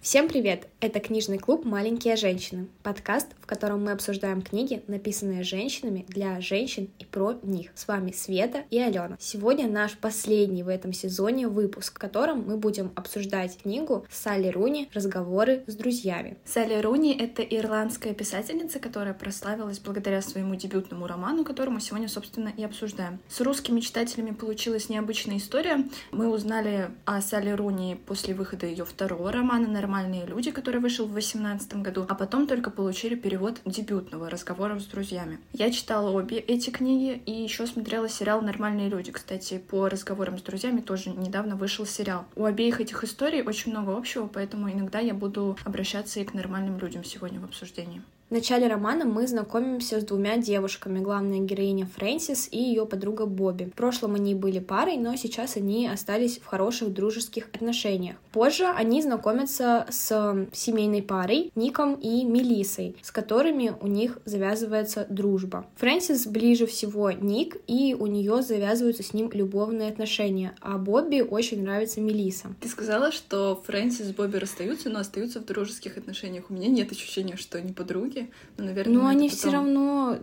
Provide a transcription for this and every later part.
Всем привет! Это книжный клуб «Маленькие женщины», подкаст, в котором мы обсуждаем книги, написанные женщинами для женщин и про них. С вами Света и Алена. Сегодня наш последний в этом сезоне выпуск, в котором мы будем обсуждать книгу Салли Руни «Разговоры с друзьями». Салли Руни — это ирландская писательница, которая прославилась благодаря своему дебютному роману, который мы сегодня, собственно, и обсуждаем. С русскими читателями получилась необычная история. Мы узнали о Салли Руни после выхода ее второго романа «Нормальные люди», который вышел в 2018 году, а потом только получили перевод дебютного «Разговоров с друзьями». Я читала обе эти книги и еще смотрела сериал «Нормальные люди». Кстати, по «Разговорам с друзьями» тоже недавно вышел сериал. У обеих этих историй очень много общего, поэтому иногда я буду обращаться и к нормальным людям сегодня в обсуждении. В начале романа мы знакомимся с двумя девушками, главная героиня Фрэнсис и ее подруга Бобби. В прошлом они были парой, но сейчас они остались в хороших дружеских отношениях. Позже они знакомятся с семейной парой Ником и Мелиссой, с которыми у них завязывается дружба. Фрэнсис ближе всего Ник, и у нее завязываются с ним любовные отношения, а Бобби очень нравится Мелисса. Ты сказала, что Фрэнсис и Бобби расстаются, но остаются в дружеских отношениях. У меня нет ощущения, что они подруги. Ну, наверное, но они потом... все равно,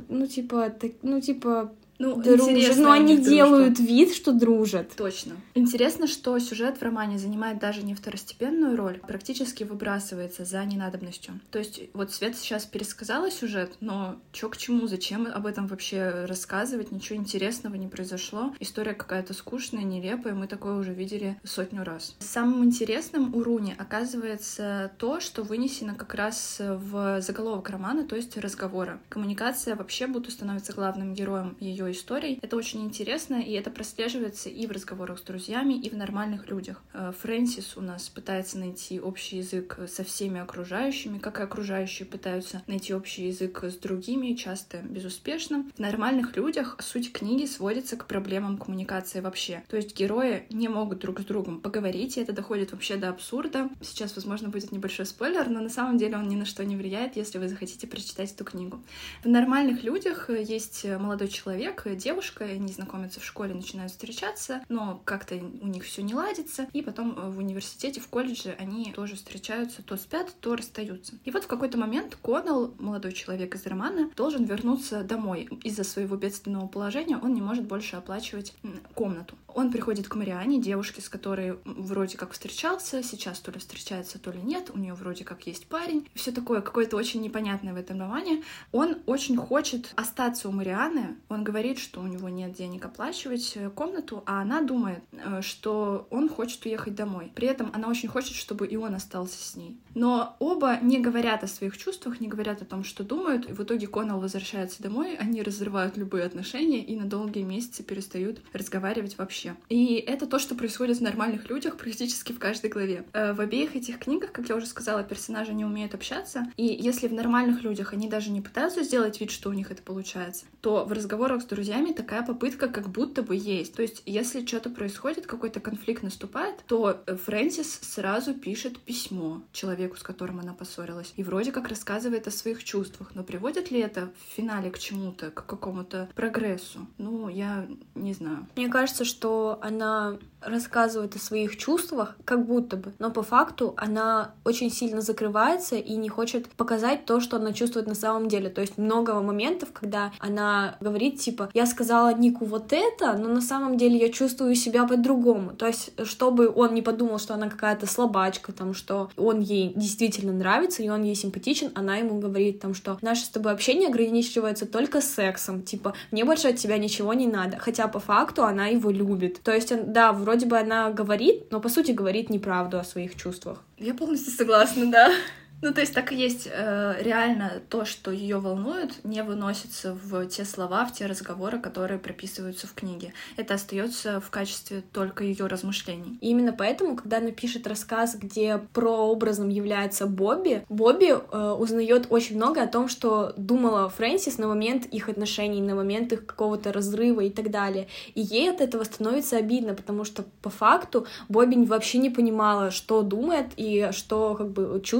дружат, интересно, но они дружба. Делают вид, что дружат. Точно. Интересно, что сюжет в романе занимает даже не второстепенную роль, практически выбрасывается за ненадобностью. То есть вот Света сейчас пересказала сюжет, но чё к чему, зачем об этом вообще рассказывать, ничего интересного не произошло. История какая-то скучная, нелепая, мы такое уже видели 100 раз. Самым интересным у Руни оказывается то, что вынесено как раз в заголовок романа, то есть разговора. Коммуникация вообще будто становится главным героем ее историй. Это очень интересно, и это прослеживается и в разговорах с друзьями, и в нормальных людях. Фрэнсис у нас пытается найти общий язык со всеми окружающими, как и окружающие пытаются найти общий язык с другими, часто безуспешно. В нормальных людях суть книги сводится к проблемам коммуникации вообще. То есть герои не могут друг с другом поговорить, и это доходит вообще до абсурда. Сейчас, возможно, будет небольшой спойлер, но на самом деле он ни на что не влияет, если вы захотите прочитать эту книгу. В нормальных людях есть молодой человек, девушка, они знакомятся в школе, начинают встречаться, но как-то у них все не ладится, и потом в университете, в колледже они тоже встречаются, то спят, то расстаются. И вот в какой-то момент Коннелл, молодой человек из романа, должен вернуться домой. Из-за своего бедственного положения он не может больше оплачивать комнату. Он приходит к Мариане, девушке, с которой вроде как встречался, сейчас то ли встречается, то ли нет, у нее вроде как есть парень. Все такое какое-то очень непонятное в этом романе. Он очень хочет остаться у Марианы, он говорит, что у него нет денег оплачивать комнату, а она думает, что он хочет уехать домой. При этом она очень хочет, чтобы и он остался с ней. Но оба не говорят о своих чувствах, не говорят о том, что думают. В итоге Коннелл возвращается домой, они разрывают любые отношения и на долгие месяцы перестают разговаривать вообще. И это то, что происходит в нормальных людях практически в каждой главе. В обеих этих книгах, как я уже сказала, персонажи не умеют общаться, и если в нормальных людях они даже не пытаются сделать вид, что у них это получается, то в разговорах с друзьями такая попытка как будто бы есть. То есть, если что-то происходит, какой-то конфликт наступает, то Фрэнсис сразу пишет письмо человеку, с которым она поссорилась, и вроде как рассказывает о своих чувствах. Но приводит ли это в финале к чему-то, к какому-то прогрессу? Ну, я не знаю. Мне кажется, что она рассказывает о своих чувствах, как будто бы, но по факту она очень сильно закрывается и не хочет показать то, что она чувствует на самом деле. То есть много моментов, когда она говорит, типа, я сказала Нику вот это, но на самом деле я чувствую себя по-другому. То есть, чтобы он не подумал, что она какая-то слабачка, там, что он ей действительно нравится, и он ей симпатичен, она ему говорит, там, что наше с тобой общение ограничивается только сексом, типа, мне больше от тебя ничего не надо. Хотя по факту она его любит. То есть, да, вроде бы она говорит, но по сути говорит неправду о своих чувствах. Я полностью согласна, да. Ну, то есть так и есть. Реально то, что ее волнует, не выносится в те слова, в те разговоры, которые прописываются в книге. Это остается в качестве только ее размышлений. И именно поэтому, когда она пишет рассказ, где прообразом является Бобби узнает очень много о том, что думала Фрэнсис на момент их отношений, на момент их какого-то разрыва и так далее. И ей от этого становится обидно, потому что по факту Бобби вообще не понимала, что думает и что как бы чувствует.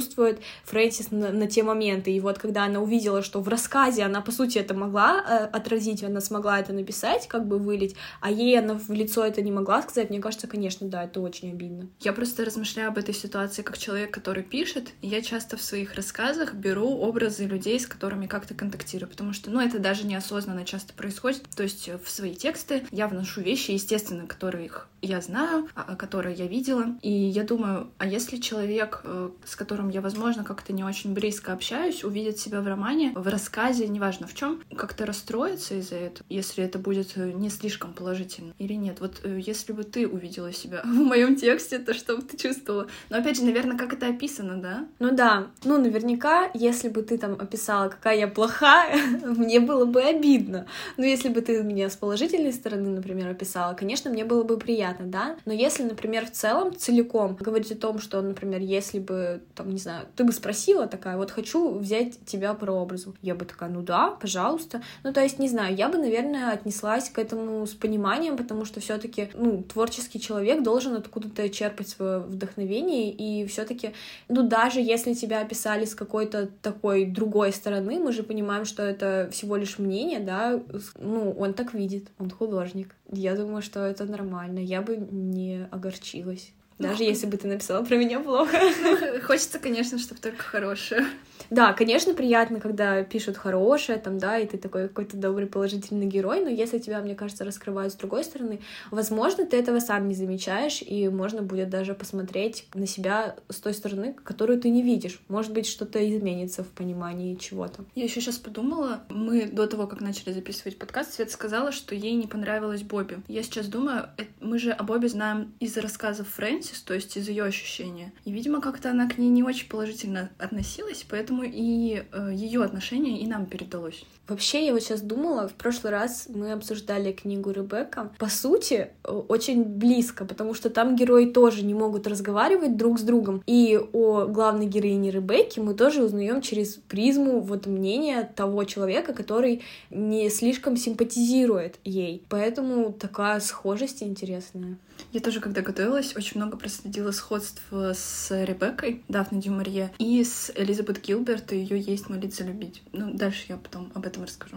Фрэнсис на те моменты. И вот когда она увидела, что в рассказе она, по сути, это могла отразить, она смогла это написать, как бы вылить, а ей она в лицо это не могла сказать, мне кажется, конечно, да, это очень обидно. Я просто размышляю об этой ситуации как человек, который пишет, и я часто в своих рассказах беру образы людей, с которыми как-то контактирую, потому что, это даже неосознанно часто происходит, то есть в свои тексты я вношу вещи, естественно, которых я знаю, которые я видела, и я думаю, а если человек, с которым я, возможно, как-то не очень близко общаюсь, увидит себя в романе, в рассказе, неважно в чем, как-то расстроится из-за этого, если это будет не слишком положительно или нет. Вот если бы ты увидела себя в моем тексте, то что бы ты чувствовала? Но опять же, наверное, как это описано, да? Ну да, наверняка, если бы ты там описала, какая я плохая, мне было бы обидно. Но если бы ты меня с положительной стороны, например, описала, конечно, мне было бы приятно, да? Но если, например, в целом, целиком говорить о том, что, например, если бы, там, не знаю, ты бы спросила такая, вот хочу взять тебя по образу, я бы такая, да, пожалуйста. То есть, не знаю, я бы, наверное, отнеслась к этому с пониманием, потому что все-таки, творческий человек должен откуда-то черпать свое вдохновение, и все-таки, даже если тебя описали с какой-то такой другой стороны, мы же понимаем, что это всего лишь мнение, да, он так видит, он художник. Я думаю, что это нормально, я бы не огорчилась. Даже если бы ты написала про меня плохо. Хочется, конечно, чтобы только хорошее. Да, конечно, приятно, когда пишут хорошее, там, да, и ты такой какой-то добрый, положительный герой, но если тебя, мне кажется, раскрывают с другой стороны, возможно, ты этого сам не замечаешь, и можно будет даже посмотреть на себя с той стороны, которую ты не видишь. Может быть, что-то изменится в понимании чего-то. Я еще сейчас подумала, мы до того, как начали записывать подкаст, Света сказала, что ей не понравилась Бобби. Я сейчас думаю, мы же о Бобби знаем из рассказов Фрэнсис, то есть из ее ощущения. И, видимо, как-то она к ней не очень положительно относилась, поэтому и ее отношение и нам передалось. Вообще, я вот сейчас думала, в прошлый раз мы обсуждали книгу Ребекка. По сути, очень близко, потому что там герои тоже не могут разговаривать друг с другом. И о главной героине Ребекки мы тоже узнаем через призму мнения того человека, который не слишком симпатизирует ей. Поэтому такая схожесть интересная. Я тоже, когда готовилась, очень много проследила сходства с Ребеккой, Дафной дю Марье, и с Элизабет Гилберт, и ее «Есть, молиться, любить». Дальше я потом об этом расскажу.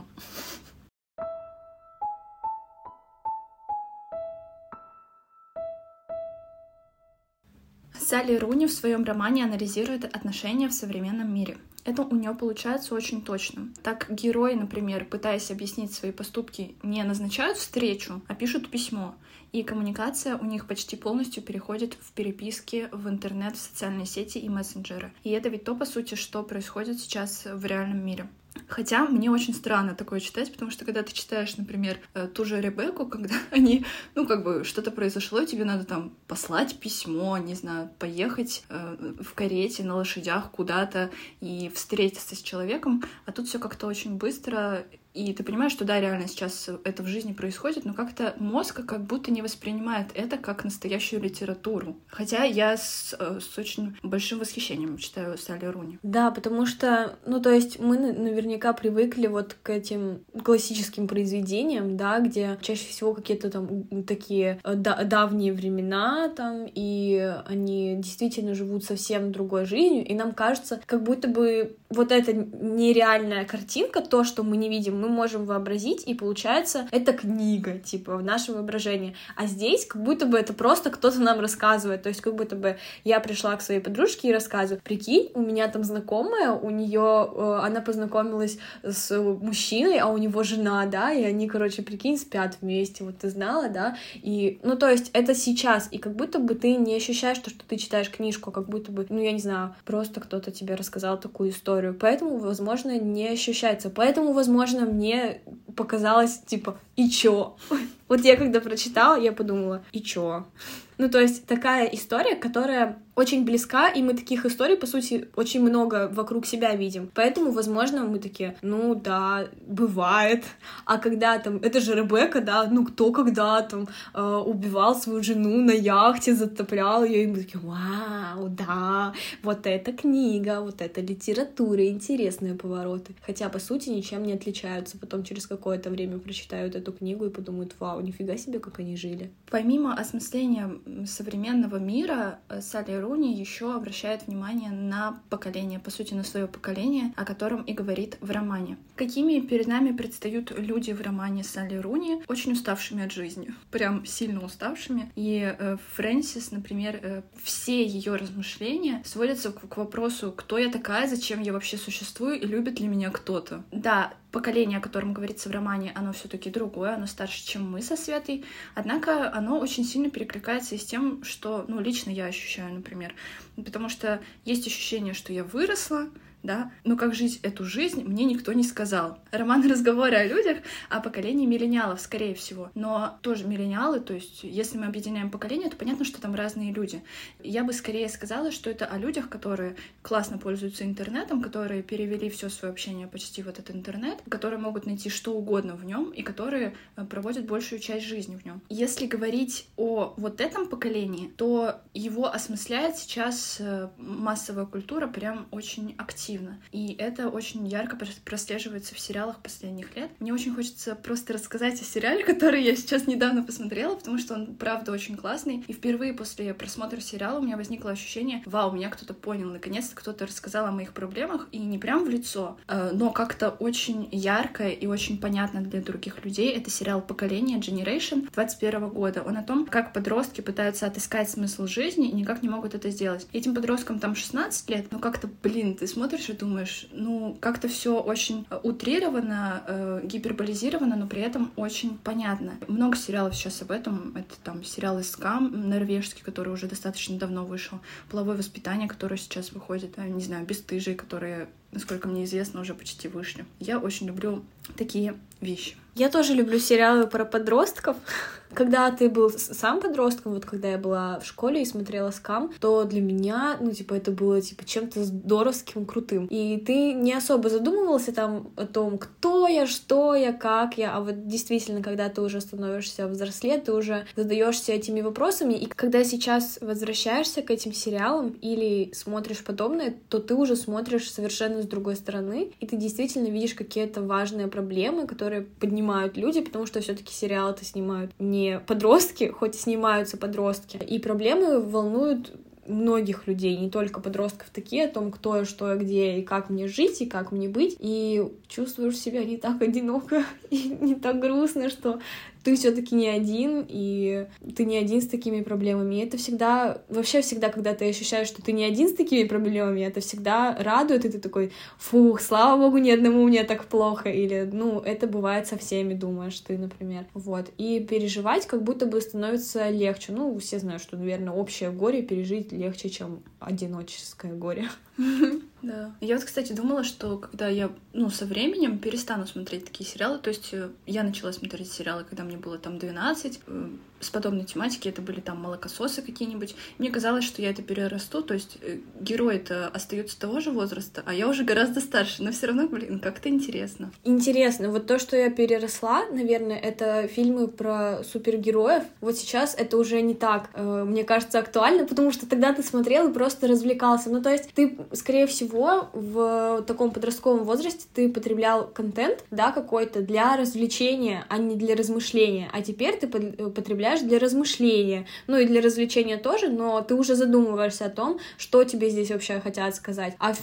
Салли Руни в своем романе анализирует отношения в современном мире. Это у нее получается очень точно. Так герои, например, пытаясь объяснить свои поступки, не назначают встречу, а пишут письмо. И коммуникация у них почти полностью переходит в переписки, в интернет, в социальные сети и мессенджеры. И это ведь то, по сути, что происходит сейчас в реальном мире. Хотя мне очень странно такое читать, потому что когда ты читаешь, например, ту же Ребекку, когда они, что-то произошло, и тебе надо там послать письмо, не знаю, поехать в карете на лошадях куда-то и встретиться с человеком, а тут все как-то очень быстро. И ты понимаешь, что да, реально сейчас это в жизни происходит, но как-то мозг как будто не воспринимает это как настоящую литературу. Хотя я с очень большим восхищением читаю Салли Руни. Да, потому что, то есть мы наверняка привыкли вот к этим классическим произведениям, да, где чаще всего какие-то там такие давние времена там, и они действительно живут совсем другой жизнью, и нам кажется, как будто бы вот эта нереальная картинка, то, что мы не видим, мы можем вообразить, и получается, это книга, типа, в нашем воображении. А здесь как будто бы это просто кто-то нам рассказывает, то есть как будто бы я пришла к своей подружке и рассказываю, прикинь, у меня там знакомая, у нее она познакомилась с мужчиной, а у него жена, да, и они, прикинь, спят вместе, вот ты знала, да, и, то есть это сейчас, и как будто бы ты не ощущаешь то, что ты читаешь книжку, как будто бы, я не знаю, просто кто-то тебе рассказал такую историю, поэтому, возможно, не ощущается, поэтому, возможно, мне показалось, типа, и чё? Вот я когда прочитала, я подумала, и чё? То есть такая история, которая очень близка, и мы таких историй, по сути, очень много вокруг себя видим. Поэтому, возможно, мы такие, да, бывает. А когда там, это же Ребекка, да, кто когда там убивал свою жену на яхте, затоплял ее, и мы такие, вау, да, вот эта книга, вот эта литература, интересные повороты. Хотя, по сути, ничем не отличаются. Потом через какое-то время прочитают эту книгу и подумают, вау, нифига себе, как они жили. Помимо осмысления современного мира, Салли Руни еще обращает внимание на поколение, по сути, на свое поколение, о котором и говорит в романе. Какими перед нами предстают люди в романе Салли Руни? Очень уставшими от жизни, прям сильно уставшими. И Фрэнсис, например, все ее размышления сводятся к вопросу, кто я такая, зачем я вообще существую и любит ли меня кто-то. Да, поколение, о котором говорится в романе, оно все-таки другое, оно старше, чем мы со Светой, однако оно очень сильно перекликается и с тем, что, лично я ощущаю, например, потому что есть ощущение, что я выросла, да, но как жить эту жизнь мне никто не сказал. Роман «Разговоры о людях» о поколении миллениалов, скорее всего. Но тоже миллениалы, то есть если мы объединяем поколения, то понятно, что там разные люди. Я бы скорее сказала, что это о людях, которые классно пользуются интернетом, которые перевели все свое общение почти в этот интернет, которые могут найти что угодно в нем и которые проводят большую часть жизни в нем. Если говорить о вот этом поколении, то его осмысляет сейчас массовая культура прям очень активно. И это очень ярко прослеживается в сериалах последних лет. Мне очень хочется просто рассказать о сериале, который я сейчас недавно посмотрела, потому что он, правда, очень классный. И впервые после просмотра сериала у меня возникло ощущение: вау, меня кто-то понял, наконец-то кто-то рассказал о моих проблемах, и не прям в лицо, но как-то очень ярко и очень понятно для других людей. Это сериал «Поколение» Generation 21 года. Он о том, как подростки пытаются отыскать смысл жизни и никак не могут это сделать. Этим подросткам там 16 лет, но как-то, ты смотришь и думаешь, как-то все очень утрировано, гиперболизировано, но при этом очень понятно. Много сериалов сейчас об этом. Это там сериал «Искам» норвежский, который уже достаточно давно вышел, «Половое воспитание», которое сейчас выходит, не знаю, «Бесстыжие», которые, насколько мне известно, уже почти вышли. Я очень люблю такие вещи. Я тоже люблю сериалы про подростков. Когда ты был сам подростком, вот когда я была в школе и смотрела «Скам», то для меня, это было, чем-то здоровским, крутым. И ты не особо задумывался там о том, кто я, что я, как я, а вот действительно, когда ты уже становишься взрослее, ты уже задаешься этими вопросами, и когда сейчас возвращаешься к этим сериалам или смотришь подобное, то ты уже смотришь совершенно с другой стороны, и ты действительно видишь какие-то важные проблемы, которые поднимают люди, потому что все-таки сериалы-то снимают не подростки, хоть и снимаются подростки, и проблемы волнуют многих людей, не только подростков, такие о том, кто я, что я, где, и как мне жить, и как мне быть, и чувствуешь себя не так одиноко и не так грустно, что ты все-таки не один, и ты не один с такими проблемами. И это всегда, вообще всегда, когда ты ощущаешь, что ты не один с такими проблемами, это всегда радует, и ты такой: фух, слава богу, ни одному мне так плохо, или, это бывает со всеми, думаешь ты, например. Вот. И переживать как будто бы становится легче. Все знают, что, наверное, общее горе пережить легче, чем одиноческое горе. Да. Я кстати, думала, что когда я, со временем перестану смотреть такие сериалы, то есть я начала смотреть сериалы, когда мне было там 12, с подобной тематики, это были там молокососы какие-нибудь. Мне казалось, что я это перерасту, то есть герои-то остаются того же возраста, а я уже гораздо старше, но все равно, как-то интересно. Интересно. Вот то, что я переросла, наверное, это фильмы про супергероев. Вот сейчас это уже не так, мне кажется, актуально, потому что тогда ты смотрел и просто развлекался. То есть ты, скорее всего, в таком подростковом возрасте ты потреблял контент, да, какой-то для развлечения, а не для размышления. А теперь ты потребляешь для размышления, и для развлечения тоже, но ты уже задумываешься о том, что тебе здесь вообще хотят сказать. А в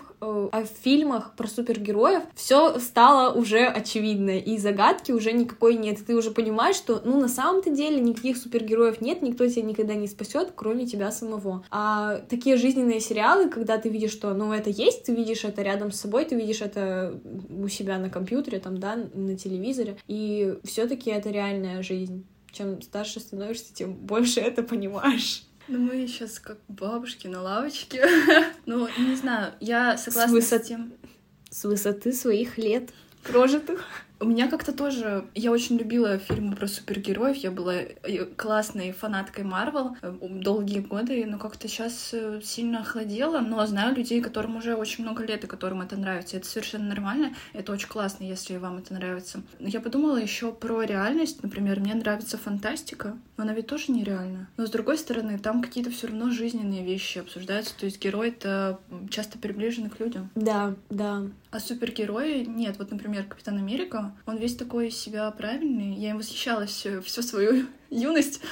фильмах про супергероев все стало уже очевидно, и загадки уже никакой нет. Ты уже понимаешь, что, на самом-то деле никаких супергероев нет, никто тебя никогда не спасет, кроме тебя самого. А такие жизненные сериалы, когда ты видишь, что, это есть, ты видишь это рядом с собой, ты видишь это у себя на компьютере, на телевизоре, и все-таки это реальная жизнь. Чем старше становишься, тем больше это понимаешь. Мы сейчас как бабушки на лавочке. Не знаю, я согласна с тем. С высоты своих лет прожитых. У меня как-то тоже... Я очень любила фильмы про супергероев, я была классной фанаткой Марвел долгие годы, но как-то сейчас сильно охладела, но знаю людей, которым уже очень много лет, и которым это нравится. Это совершенно нормально, это очень классно, если вам это нравится. Я подумала еще про реальность, например, мне нравится фантастика, но она ведь тоже нереальна. Но с другой стороны, там какие-то все равно жизненные вещи обсуждаются, то есть герои-то часто приближены к людям. Да, да. А супергерои нет. Вот, например, Капитан Америка, он весь такой из себя правильный. Я им восхищалась всю свою юность.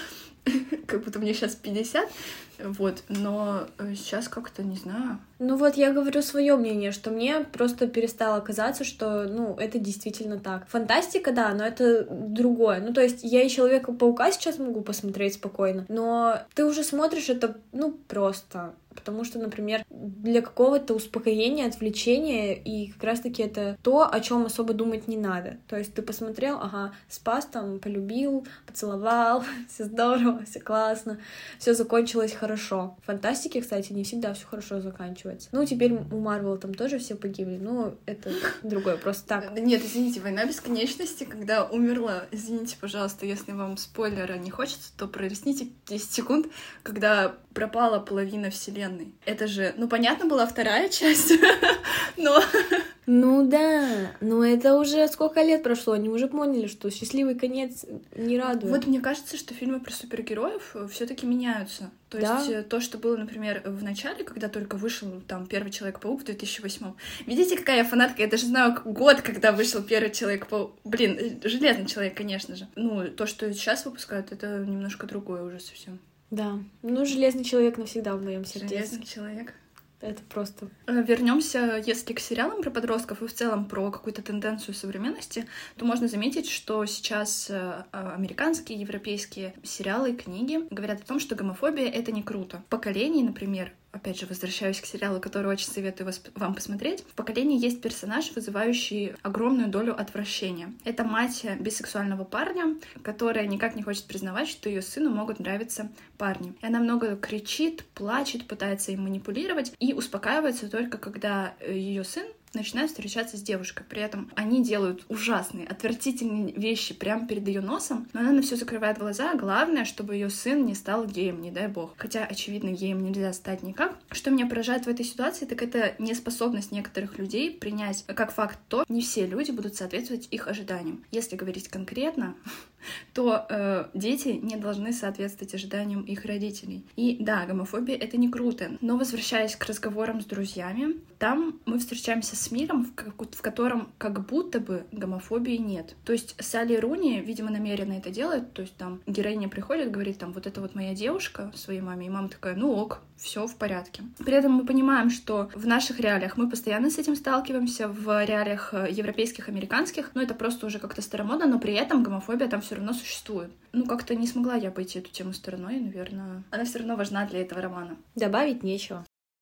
как будто мне сейчас 50, вот, но сейчас как-то, не знаю. Ну вот я говорю свое мнение, что мне просто перестало казаться, что, это действительно так. Фантастика, да, но это другое. Ну, то есть я и Человека-паука сейчас могу посмотреть спокойно, но ты уже смотришь это, просто... Потому что, например, для какого-то успокоения, отвлечения, и как раз-таки это то, о чем особо думать не надо. То есть ты посмотрел, спас там, полюбил, поцеловал, все здорово, все классно, все закончилось хорошо. В фантастике, кстати, не всегда все хорошо заканчивается. Теперь у Марвел там тоже все погибли, это другое, просто так. Нет, извините, «Война бесконечности», когда умерла, извините, пожалуйста, если вам спойлера не хочется, то пролистните 10 секунд, когда пропала половина вселенной. Это же, понятно, была вторая часть, но... Да, но это уже сколько лет прошло, они уже поняли, что счастливый конец не радует. Вот мне кажется, что фильмы про супергероев все-таки меняются. То есть то, что было, например, в начале, когда только вышел там первый Человек-паук в 2008. Видите, какая я фанатка? Я даже знаю год, когда вышел первый Человек-паук. Железный человек, конечно же. То, что сейчас выпускают, это немножко другое уже совсем. Да, Железный человек навсегда в моем сердце. Железный человек. Это просто... Вернемся, если к сериалам про подростков и в целом про какую-то тенденцию современности, то можно заметить, что сейчас американские, европейские сериалы и книги говорят о том, что гомофобия — это не круто. В поколении, например, опять же, возвращаюсь к сериалу, который очень советую вам посмотреть. В «Поколении» есть персонаж, вызывающий огромную долю отвращения. Это мать бисексуального парня, которая никак не хочет признавать, что ее сыну могут нравиться парни. И она много кричит, плачет, пытается им манипулировать и успокаивается только когда ее сын начинают встречаться с девушкой. При этом они делают ужасные, отвратительные вещи прямо перед ее носом, но она на все закрывает глаза. Главное, чтобы ее сын не стал геем, не дай бог. Хотя, очевидно, геем нельзя стать никак. Что меня поражает в этой ситуации, так это неспособность некоторых людей принять как факт то, не все люди будут соответствовать их ожиданиям. Если говорить конкретно, то дети не должны соответствовать ожиданиям их родителей. И да, гомофобия — это не круто. Но возвращаясь к разговорам с друзьями, там мы встречаемся с миром, в котором как будто бы гомофобии нет. То есть Салли Руни, видимо, намеренно это делает. То есть там героиня приходит, говорит, там, вот это вот моя девушка своей маме, и мама такая, ок, все в порядке. При этом мы понимаем, что в наших реалиях мы постоянно с этим сталкиваемся, в реалиях европейских, американских, это просто уже как-то старомодно, но при этом гомофобия там все равно существует. Как-то не смогла я обойти эту тему стороной, наверное. Она все равно важна для этого романа. Добавить нечего.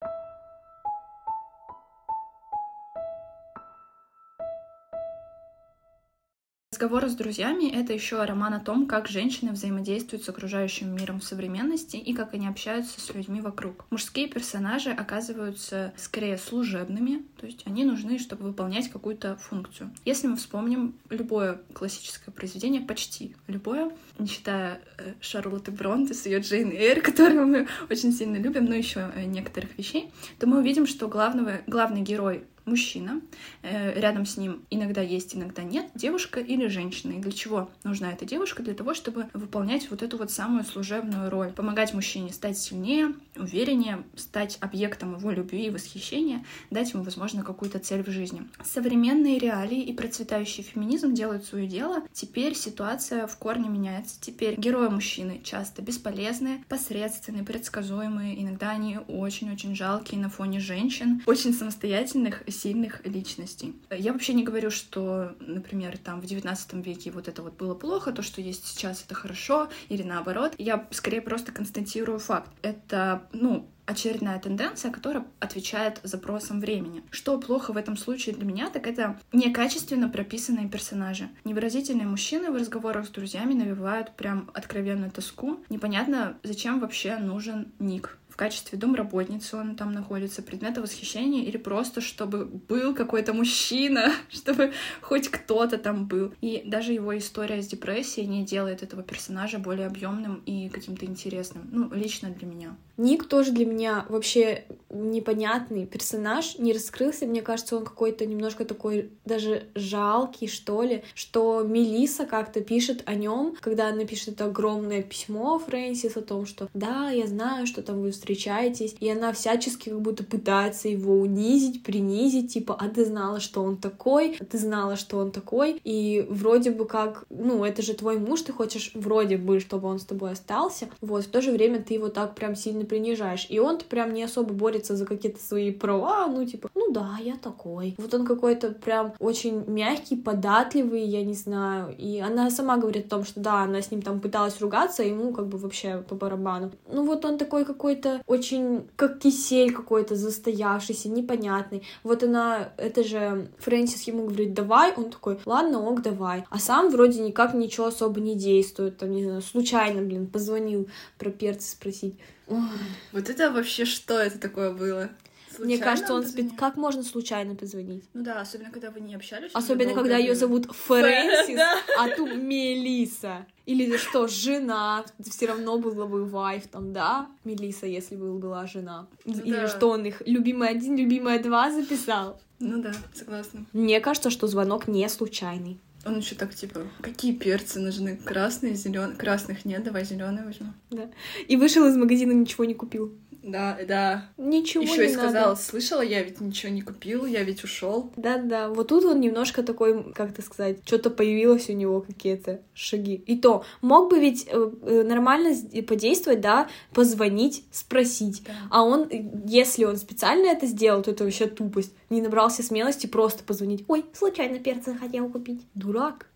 Разговоры с друзьями — это еще роман о том, как женщины взаимодействуют с окружающим миром в современности и как они общаются с людьми вокруг. Мужские персонажи оказываются скорее служебными, то есть они нужны, чтобы выполнять какую-то функцию. Если мы вспомним любое классическое произведение, почти любое, не считая Шарлотты Бронте с ее Джейн Эйр, которую мы очень сильно любим, но еще некоторых вещей, то мы увидим, что главный герой мужчина, рядом с ним иногда есть, иногда нет, девушка или женщина. И для чего нужна эта девушка? Для того, чтобы выполнять вот эту вот самую служебную роль. Помогать мужчине стать сильнее, увереннее, стать объектом его любви и восхищения, дать ему, возможно, какую-то цель в жизни. Современные реалии и процветающий феминизм делают свое дело. Теперь ситуация в корне меняется. Теперь герои мужчины часто бесполезные, посредственные, предсказуемые. Иногда они очень-очень жалкие на фоне женщин, очень самостоятельных, сильных личностей. Я вообще не говорю, что, например, там в 19 веке вот это вот было плохо, то, что есть сейчас, это хорошо, или наоборот. Я скорее просто констатирую факт. Это, очередная тенденция, которая отвечает запросам времени. Что плохо в этом случае для меня, так это некачественно прописанные персонажи. Невыразительные мужчины в разговорах с друзьями навевают прям откровенную тоску. Непонятно, зачем вообще нужен Ник. В качестве домработницы он там находится, предмета восхищения, или просто чтобы был какой-то мужчина, чтобы хоть кто-то там был. И даже его история с депрессией не делает этого персонажа более объемным и каким-то интересным. Лично для меня. Ник тоже для меня вообще непонятный персонаж, не раскрылся, мне кажется, он какой-то немножко такой даже жалкий, что ли, что Мелисса как-то пишет о нем, когда она пишет это огромное письмо Фрэнсис о том, что да, я знаю, что там вы встречаетесь, и она всячески как будто пытается его унизить, принизить, типа, а ты знала, что он такой, а ты знала, что он такой, и вроде бы как, ну, это же твой муж, ты хочешь вроде бы, чтобы он с тобой остался, вот, в то же время ты его так прям сильно принижаешь, и он-то прям не особо борется за какие-то свои права, ну, типа, ну да, я такой. Вот он какой-то прям очень мягкий, податливый, я не знаю, и она сама говорит о том, что да, она с ним там пыталась ругаться, а ему как бы вообще по барабану. Ну, вот он такой какой-то очень, как кисель какой-то застоявшийся, непонятный. Вот она, это же Фрэнсис ему говорит, давай, он такой, ладно, ок, давай. А сам вроде никак ничего особо не действует, там, не знаю, случайно, блин, позвонил про перцы спросить. Ой. Вот это вообще что это такое было? Случайно Мне кажется, он позвонил? Как можно случайно позвонить? Ну да, особенно когда вы не общались. Особенно, долгое когда ее время. зовут Фрэнсис, Да. а тут Мелисса. Или что, жена, все равно была бы вайф там, да? Мелисса, если бы была жена. Или Да. что он их любимая 1, любимая 2 записал. Ну да, согласна. Мне кажется, что звонок не случайный. Он еще так типа, какие перцы нужны? Красные, зеленые. Красных нет, давай зеленые возьму. Да. И вышел из магазина, ничего не купил. Да, да. Ничего Еще не и сказал, надо. слышала, я ведь ничего не купил, я ведь ушел. Да-да, вот тут он немножко такой, как это сказать, что-то появилось у него, какие-то шаги. И то, мог бы ведь нормально подействовать, да, позвонить, спросить. Да. А он, если он специально это сделал, то это вообще тупость. Не набрался смелости просто позвонить. Ой, случайно перцы хотел купить. Дурак.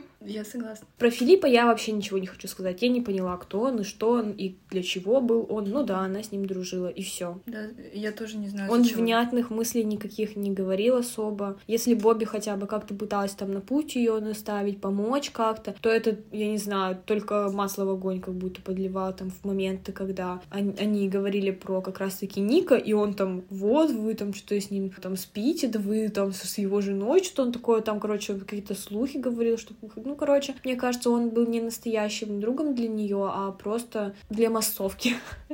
Я согласна. Про Филиппа я вообще ничего не хочу сказать. Я не поняла, кто он и что он, и для чего был он. Ну да, она с ним дружила, и все. Да, я тоже не знаю, Он зачем. внятных мыслей никаких не говорил особо. Если Бобби хотя бы как-то пыталась там на путь ее наставить, помочь как-то, то это, я не знаю, только масло в огонь как будто подливал там в моменты, когда они говорили про как раз-таки Ника, и он там, вот, вы там что-то с ним там спите, да вы там с его женой, что он такое там, короче, какие-то слухи говорил, что, ну, короче, мне кажется, он был не настоящим другом для нее, а просто для массовки.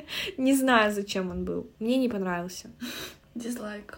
Не знаю, зачем он был. Мне не понравился. Дизлайк.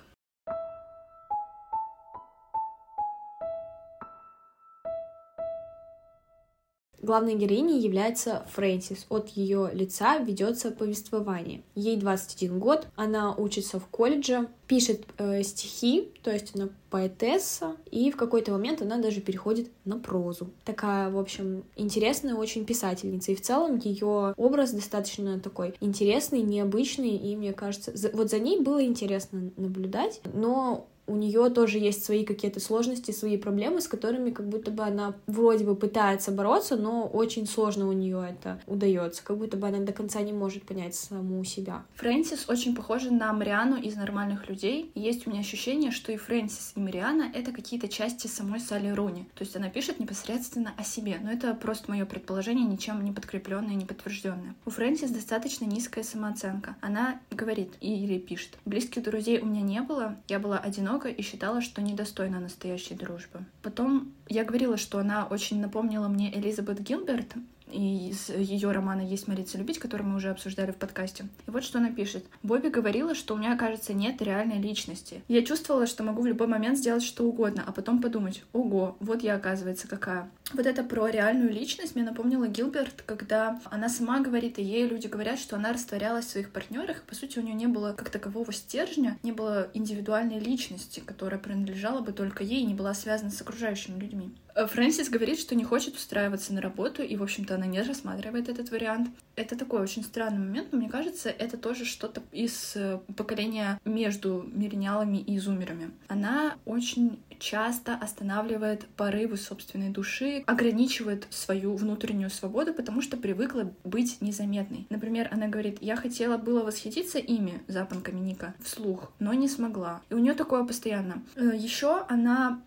Главной героиней является Фрэнсис. От ее лица ведется повествование. Ей 21 год, она учится в колледже, пишет стихи, то есть она поэтесса, и в какой-то момент она даже переходит на прозу. Такая, в общем, интересная очень писательница. И в целом ее образ достаточно такой интересный, необычный, и мне кажется, вот за ней было интересно наблюдать, но у нее тоже есть свои какие-то сложности, свои проблемы, с которыми как будто бы она вроде бы пытается бороться, но очень сложно у нее это удается, как будто бы она до конца не может понять саму себя. Фрэнсис очень похожа на Мариану из «Нормальных людей». И есть у меня ощущение, что и Фрэнсис, и Мариана — это какие-то части самой Салли Руни. То есть она пишет непосредственно о себе. Но это просто мое предположение, ничем не подкрепленное, не подтвержденное. У Фрэнсис достаточно низкая самооценка. Она говорит или пишет: близких друзей у меня не было, я была одинока и считала, что недостойна настоящей дружбы. Потом я говорила, что она очень напомнила мне Элизабет Гилберт, и из ее романа «Есть, молиться, любить», который мы уже обсуждали в подкасте. И вот что она пишет. «Бобби говорила, что у меня, кажется, нет реальной личности. Я чувствовала, что могу в любой момент сделать что угодно, а потом подумать: ого, вот я, оказывается, какая». Вот это про реальную личность мне напомнила Гилберт, когда она сама говорит, и ей люди говорят, что она растворялась в своих партнерах, и, по сути, у нее не было как такового стержня, не было индивидуальной личности, которая принадлежала бы только ей и не была связана с окружающими людьми. Фрэнсис говорит, что не хочет устраиваться на работу, и, в общем-то, она не рассматривает этот вариант. Это такой очень странный момент, но мне кажется, это тоже что-то из поколения между миллениалами и зумерами. Она очень часто останавливает порывы собственной души, ограничивает свою внутреннюю свободу, потому что привыкла быть незаметной. Например, она говорит: я хотела было восхититься ими, запонками Ника, вслух, но не смогла. И у нее такое постоянно. Еще она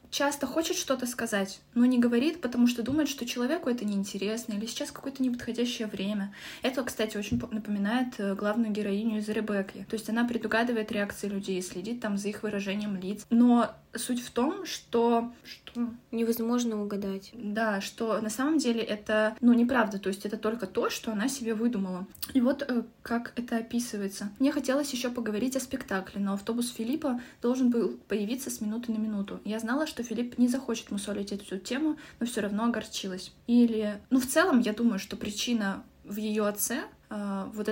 часто хочет что-то сказать, но не говорит, потому что думает, что человеку это неинтересно или сейчас какое-то неподходящее время. Это, кстати, очень напоминает главную героиню из Ребекки. То есть она предугадывает реакции людей, следит там за их выражением лиц. Но суть в том, что невозможно угадать. Да, что на самом деле это, неправда, то есть это только то, что она себе выдумала. И вот как это описывается. Мне хотелось еще поговорить о спектакле, но автобус Филиппа должен был появиться с минуты на минуту. Я знала, что Филипп не захочет мусолить эту тему, но все равно огорчилась. Или, в целом, я думаю, что причина в ее отце вот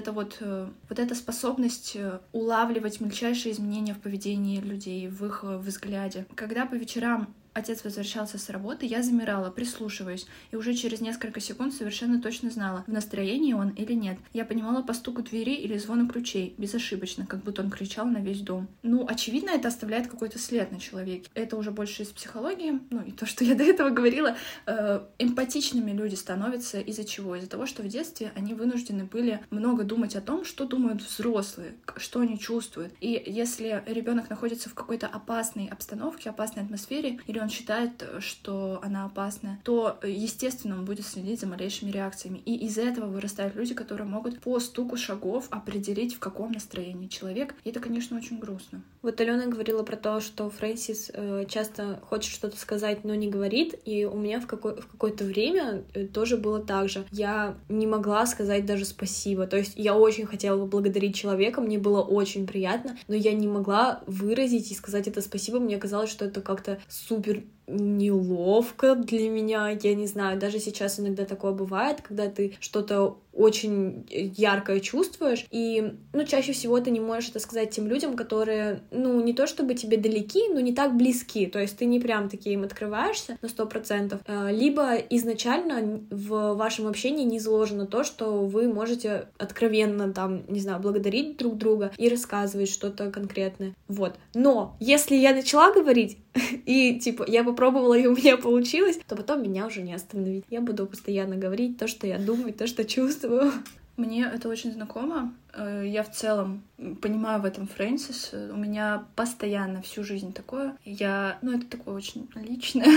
эта способность улавливать мельчайшие изменения в поведении людей, в их взгляде. Когда по вечерам отец возвращался с работы, я замирала, прислушиваясь, и уже через несколько секунд совершенно точно знала, в настроении он или нет. Я понимала по стуку двери или звону ключей, безошибочно, как будто он кричал на весь дом. Очевидно, это оставляет какой-то след на человеке. Это уже больше из психологии, и то, что я до этого говорила, эмпатичными люди становятся из-за чего? Из-за того, что в детстве они вынуждены были много думать о том, что думают взрослые, что они чувствуют. И если ребенок находится в какой-то опасной обстановке, опасной атмосфере, или он считает, что она опасная, то, естественно, он будет следить за малейшими реакциями. И из этого вырастают люди, которые могут по стуку шагов определить, в каком настроении человек. И это, конечно, очень грустно. Вот Алена говорила про то, что Фрэнсис часто хочет что-то сказать, но не говорит, и у меня в какое-то время тоже было так же. Я не могла сказать даже спасибо, то есть я очень хотела поблагодарить человека, мне было очень приятно, но я не могла выразить и сказать это спасибо, мне казалось, что это как-то супер неловко для меня, я не знаю, даже сейчас иногда такое бывает, когда ты что-то очень яркое чувствуешь, и, чаще всего ты не можешь это сказать тем людям, которые, не то чтобы тебе далеки, но не так близки, то есть ты не прям таки им открываешься на 100%, либо изначально в вашем общении не заложено то, что вы можете откровенно благодарить друг друга и рассказывать что-то конкретное, но если я начала говорить, и, я попробовала, и у меня получилось, то потом меня уже не остановить. Я буду постоянно говорить то, что я думаю, то, что чувствую. Мне это очень знакомо. Я в целом понимаю в этом Фрэнсис. У меня постоянно всю жизнь такое. Это такое очень личное,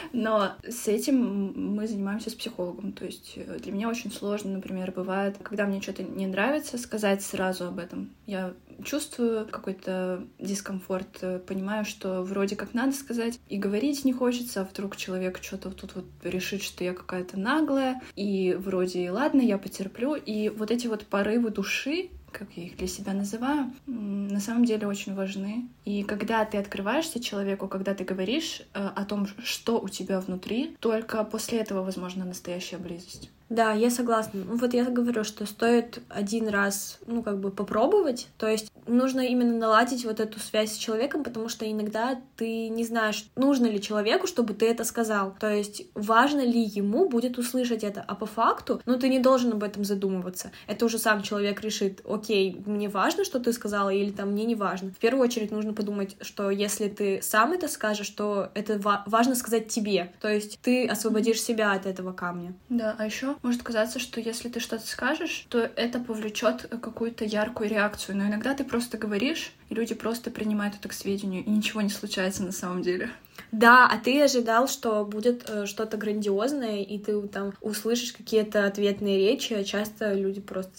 но с этим мы занимаемся с психологом. То есть для меня очень сложно, например, бывает, когда мне что-то не нравится, сказать сразу об этом. Я чувствую какой-то дискомфорт, понимаю, что вроде как надо сказать, и говорить не хочется, а вдруг человек что-то тут решит, что я какая-то наглая, и вроде и ладно, я потерплю, и вот эти порывы души, как я их для себя называю, на самом деле очень важны. И когда ты открываешься человеку, когда ты говоришь о том, что у тебя внутри, только после этого возможна настоящая близость. Да, я согласна. Я говорю, что стоит один раз, попробовать. То есть нужно именно наладить эту связь с человеком, потому что иногда ты не знаешь, нужно ли человеку, чтобы ты это сказал. То есть важно ли ему будет услышать это. А по факту, ты не должен об этом задумываться. Это уже сам человек решит, окей, мне важно, что ты сказала, или мне не важно. В первую очередь нужно подумать, что если ты сам это скажешь, то это важно сказать тебе. То есть ты освободишь себя от этого камня. Да, а еще может казаться, что если ты что-то скажешь, то это повлечет какую-то яркую реакцию. Но иногда ты просто говоришь, и люди просто принимают это к сведению, и ничего не случается на самом деле. Да, а ты ожидал, что будет что-то грандиозное, и ты услышишь какие-то ответные речи, а часто люди просто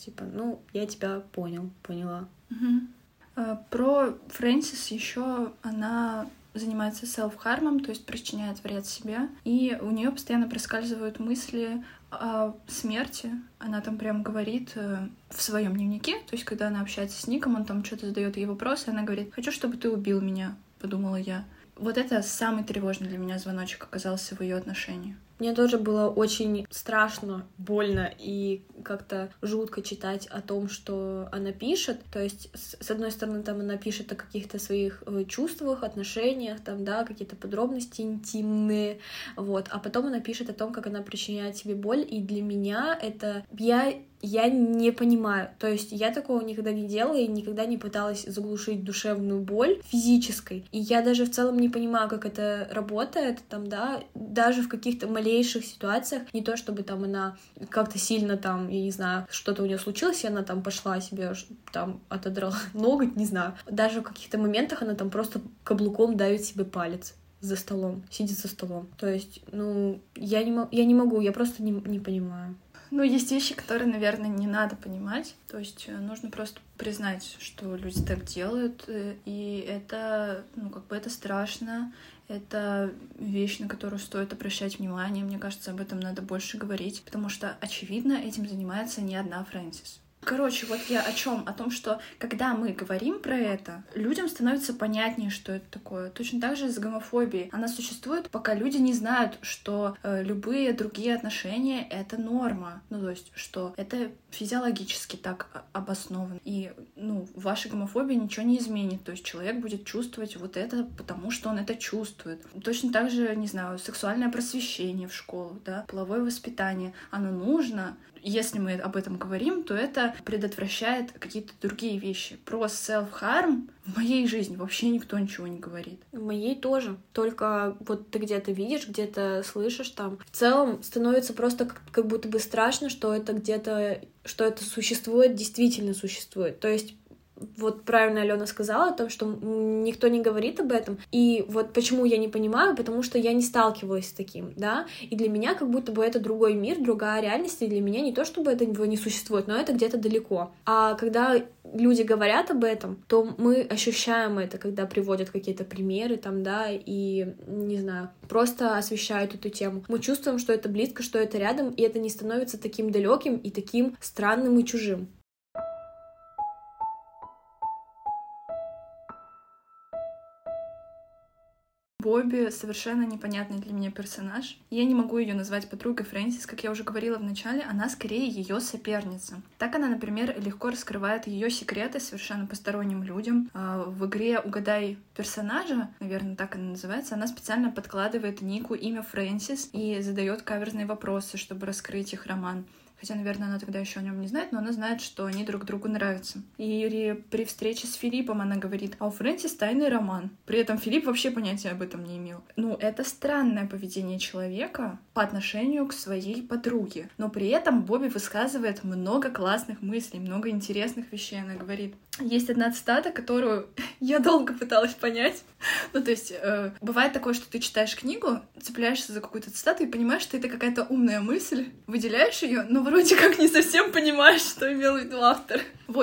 я тебя поняла. Угу. Про Фрэнсис еще она занимается селф-хармом, то есть причиняет вред себе, и у нее постоянно проскальзывают мысли о смерти. Она там прям говорит в своем дневнике, то есть когда она общается с Ником, он там что-то задает ей вопросы, она говорит: «Хочу, чтобы ты убил меня», подумала я. Вот это самый тревожный для меня звоночек оказался в ее отношении. Мне тоже было очень страшно, больно и как-то жутко читать о том, что она пишет. То есть, с одной стороны, она пишет о каких-то своих чувствах, отношениях, какие-то подробности интимные, а потом она пишет о том, как она причиняет себе боль, и для меня это... Я не понимаю. То есть я такого никогда не делала и никогда не пыталась заглушить душевную боль физической. И я даже в целом не понимаю, как это работает, даже в каких-то малейших ситуациях. Не то, чтобы она как-то сильно я не знаю, что-то у нее случилось, и она пошла себе, отодрала ноготь, не знаю. Даже в каких-то моментах она просто каблуком давит себе палец. за столом, сидит за столом. То есть, я не могу, я просто не понимаю. Есть вещи, которые, наверное, не надо понимать. То есть нужно просто признать, что люди так делают, и это, это страшно. Это вещь, на которую стоит обращать внимание. Мне кажется, об этом надо больше говорить, потому что, очевидно, этим занимается не одна Фрэнсис. Короче, вот я о чем? О том, что когда мы говорим про это, людям становится понятнее, что это такое. Точно так же с гомофобией. Она существует, пока люди не знают, что любые другие отношения — это норма. То есть, что это физиологически так обосновано. И, ваша гомофобия ничего не изменит. То есть человек будет чувствовать вот это, потому что он это чувствует. Точно так же, не знаю, сексуальное просвещение в школах, да, половое воспитание. Оно нужно. Если мы об этом говорим, то это предотвращает какие-то другие вещи. Про self-harm в моей жизни вообще никто ничего не говорит. В моей тоже. Только вот ты где-то видишь, где-то слышишь там. В целом становится просто как будто бы страшно, что это где-то, что это существует, действительно существует. То есть вот правильно Алена сказала о том, что никто не говорит об этом. И вот почему я не понимаю, потому что я не сталкивалась с таким, да, и для меня как будто бы это другой мир, другая реальность, и для меня не то, чтобы этого не существует, но это где-то далеко. А когда люди говорят об этом, то мы ощущаем это, когда приводят какие-то примеры там, да, и, не знаю, просто освещают эту тему. Мы чувствуем, что это близко, что это рядом, и это не становится таким далеким и таким странным и чужим. Бобби совершенно непонятный для меня персонаж. Я не могу ее назвать подругой Фрэнсис, как я уже говорила в начале, она скорее ее соперница. Так она, например, легко раскрывает ее секреты совершенно посторонним людям. В игре «Угадай персонажа», наверное, так она называется, она специально подкладывает Нику имя Фрэнсис и задает каверзные вопросы, чтобы раскрыть их роман. Хотя, наверное, она тогда еще о нем не знает, но она знает, что они друг другу нравятся. Или при встрече с Филиппом она говорит: а у Фрэнсис тайный роман. При этом Филипп вообще понятия об этом не имел. Это странное поведение человека по отношению к своей подруге. Но при этом Бобби высказывает много классных мыслей, много интересных вещей. Она говорит... Есть одна цитата, которую я долго пыталась понять. Бывает такое, что ты читаешь книгу, цепляешься за какую-то цитату и понимаешь, что это какая-то умная мысль, выделяешь ее, но вроде как не совсем понимаешь, что имел в виду автор.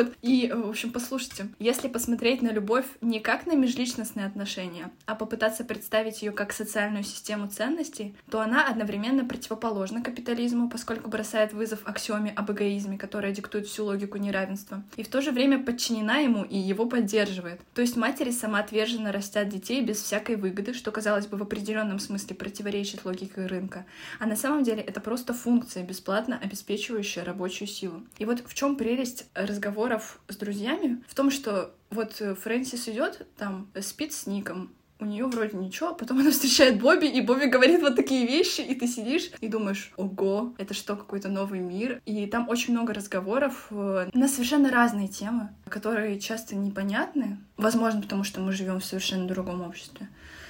В общем, послушайте. Если посмотреть на любовь не как на межличностные отношения, а попытаться представить ее как социальную систему ценностей, то она одновременно противоположна капитализму, поскольку бросает вызов аксиоме об эгоизме, которая диктует всю логику неравенства, и в то же время подчинена ему и его поддерживает. То есть матери самоотверженно растят детей без всякой выгоды, что, казалось бы, в определенном смысле противоречит логике рынка. А на самом деле это просто функция, бесплатно обеспечивающая рабочую силу. И вот в чем прелесть разговоров с друзьями? В том, что Фрэнсис идет там, спит с Ником, у нее вроде ничего, потом она встречает Бобби, и Бобби говорит вот такие вещи, и ты сидишь и думаешь: ого, это что, какой-то новый мир? И там очень много разговоров на совершенно разные темы, которые часто непонятны, возможно, потому что мы живем в совершенно другом обществе,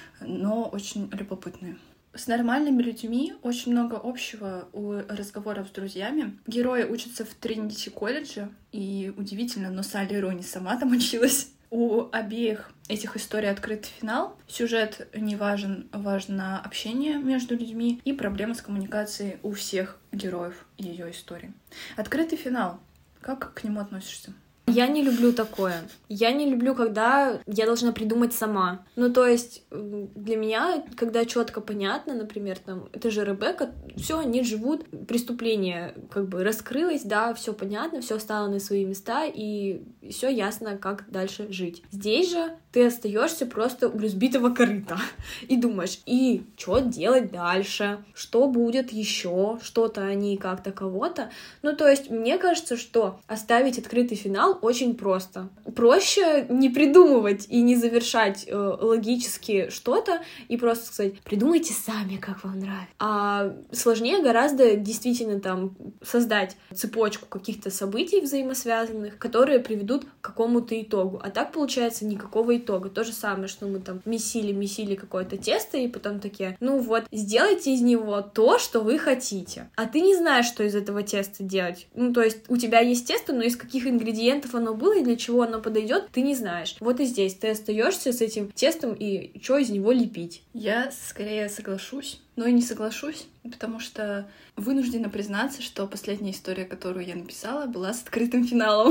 но очень любопытные. С нормальными людьми очень много общего у разговоров с друзьями. Герои учатся в Тринити колледже, и удивительно, но Салли Рони сама там училась. У обеих этих историй открытый финал. Сюжет не важен, важно общение между людьми и проблемы с коммуникацией у всех героев ее истории. Открытый финал. Как к нему относишься? Я не люблю такое. Я не люблю, когда я должна придумать сама. То есть для меня, когда четко понятно, например, там, это же Ребекка, все, они живут, преступление как бы раскрылось, да, все понятно, все стало на свои места, и все ясно, как дальше жить. Здесь же ты остаешься просто у разбитого корыта и думаешь, и что делать дальше, что будет еще, что-то они как-то кого-то. То есть мне кажется, что оставить открытый финал очень просто. Проще не придумывать и не завершать логически что-то и просто сказать: придумайте сами, как вам нравится. А сложнее гораздо действительно там создать цепочку каких-то событий взаимосвязанных, которые приведут к какому-то итогу. А так получается никакого итога. итога. То же самое, что мы там месили какое-то тесто, и потом такие, ну вот, сделайте из него то, что вы хотите. А ты не знаешь, что из этого теста делать. Ну, то есть у тебя есть тесто, но из каких ингредиентов оно было и для чего оно подойдет, ты не знаешь. Вот и здесь ты остаешься с этим тестом и что из него лепить. Я скорее соглашусь, но и не соглашусь, потому что вынуждена признаться, что последняя история, которую я написала, была с открытым финалом.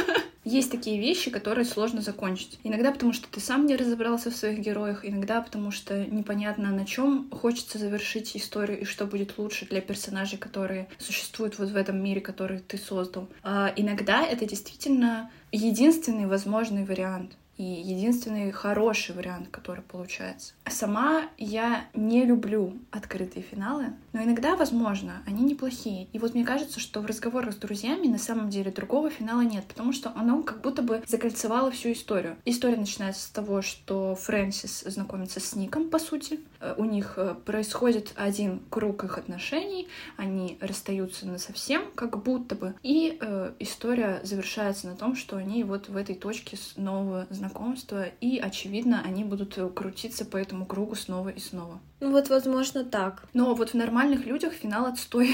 Есть такие вещи, которые сложно закончить. Иногда потому, что ты сам не разобрался в своих героях, иногда потому, что непонятно, на чем хочется завершить историю и что будет лучше для персонажей, которые существуют вот в этом мире, который ты создал. А иногда это действительно единственный возможный вариант. И единственный хороший вариант, который получается. Сама я не люблю открытые финалы, но иногда, возможно, они неплохие. И вот мне кажется, что в разговорах с друзьями на самом деле другого финала нет, потому что оно как будто бы закольцевало всю историю. История начинается с того, что Фрэнсис знакомится с Ником, по сути. У них происходит один круг их отношений, они расстаются насовсем, как будто бы. И история завершается на том, что они вот в этой точке нового знакомства, и, очевидно, они будут крутиться по этому кругу снова и снова. Ну вот, возможно, так. Но вот в нормальных людях финал отстой.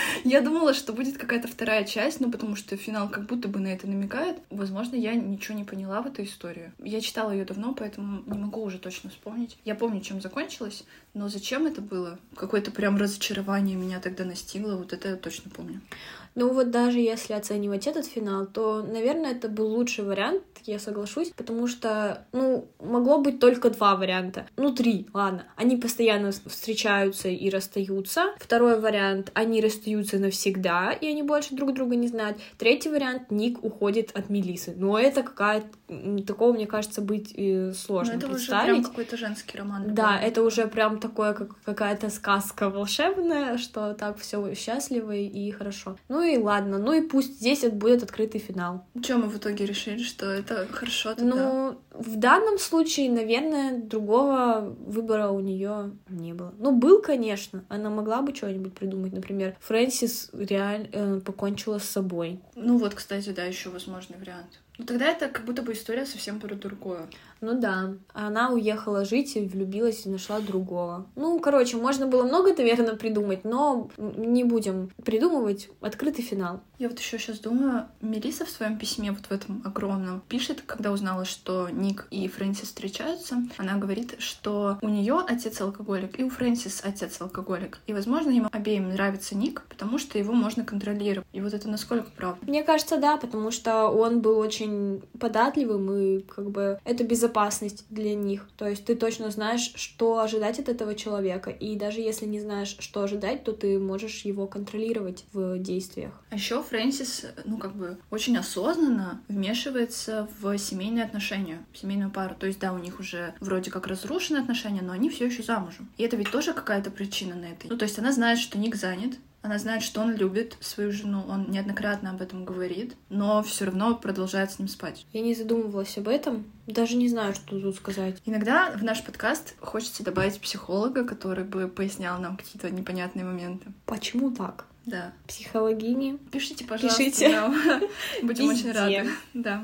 Я думала, что будет какая-то вторая часть, ну потому что финал как будто бы на это намекает. Возможно, я ничего не поняла в этой истории. Я читала ее давно, поэтому не могу уже точно вспомнить. Я помню, чем закончилось, но зачем это было? Какое-то прям разочарование меня тогда настигло, вот это я точно помню. Ну вот даже если оценивать этот финал, то, наверное, это был лучший вариант, я соглашусь, потому что, могло быть только два варианта. 3, ладно. Они постоянно встречаются и расстаются. Второй вариант — они расстаются навсегда, и они больше друг друга не знают. Третий вариант — Ник уходит от Мелиссы. Но это такого, мне кажется, быть сложно это представить. Это уже прям какой-то женский роман. Да, это уже прям такое, как какая-то сказка волшебная, что так все счастливо и хорошо. Ну и ладно, и пусть здесь будет открытый финал. Чё мы в итоге решили, что это хорошо тогда? В данном случае, наверное, другого выбора у нее не было. Был, конечно, она могла бы что-нибудь придумать. Например, Фрэнсис реально покончила с собой. Вот, кстати, да, еще возможный вариант. Тогда это как будто бы история совсем про другое. Да. Она уехала жить и влюбилась и нашла другого. Можно было много, наверное, придумать, но не будем придумывать. Открытый финал. Я вот еще сейчас думаю, Мелисса в своем письме вот в этом огромном пишет, когда узнала, что Ник и Фрэнсис встречаются, она говорит, что у нее отец алкоголик и у Фрэнсис отец алкоголик. И, возможно, им обеим нравится Ник, потому что его можно контролировать. И вот это насколько правда? Мне кажется, да, потому что он был очень податливым, и это безопасность для них. То есть ты точно знаешь, что ожидать от этого человека, и даже если не знаешь, что ожидать, то ты можешь его контролировать в действиях. А еще Фрэнсис, очень осознанно вмешивается в семейные отношения, в семейную пару. То есть, да, у них уже вроде как разрушены отношения, но они все еще замужем. И это ведь тоже какая-то причина на это. То есть она знает, что Ник занят, она знает, что он любит свою жену, он неоднократно об этом говорит, но все равно продолжает с ним спать. Я не задумывалась об этом, даже не знаю, что тут сказать. Иногда в наш подкаст хочется добавить психолога, который бы пояснял нам какие-то непонятные моменты. Почему так? Да. Психологини. Пишите, пожалуйста. Пишите. Будем очень рады. Да.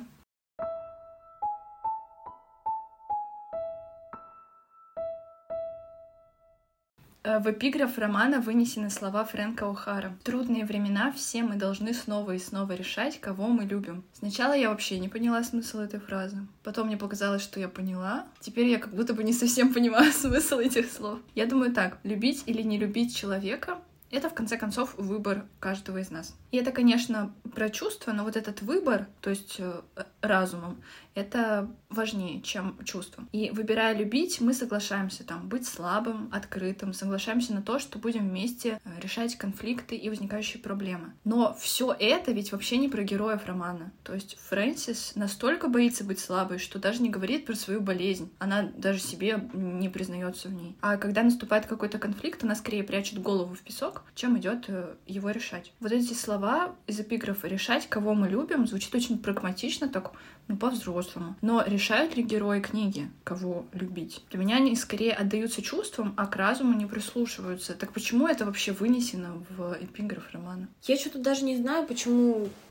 В эпиграф романа вынесены слова Фрэнка О'Хара. В трудные времена все мы должны снова и снова решать, кого мы любим. Сначала я вообще не поняла смысл этой фразы. Потом мне показалось, что я поняла. Теперь я как будто бы не совсем понимаю смысл этих слов. Я думаю так, любить или не любить человека — это, в конце концов, выбор каждого из нас. И это, конечно, про чувства, но вот этот выбор, то есть разумом, это важнее, чем чувством. И выбирая любить, мы соглашаемся быть слабым, открытым, соглашаемся на то, что будем вместе решать конфликты и возникающие проблемы. Но все это ведь вообще не про героев романа. То есть Фрэнсис настолько боится быть слабой, что даже не говорит про свою болезнь. Она даже себе не признается в ней. А когда наступает какой-то конфликт, она скорее прячет голову в песок, чем идет его решать. Вот эти слова из эпиграфа «решать, кого мы любим» звучит очень прагматично, так, по-взрослому. Но решают ли герои книги, кого любить? Для меня они скорее отдаются чувствам, а к разуму не прислушиваются. Так почему это вообще вынесено в эпиграф романа? Я что-то даже не знаю, почему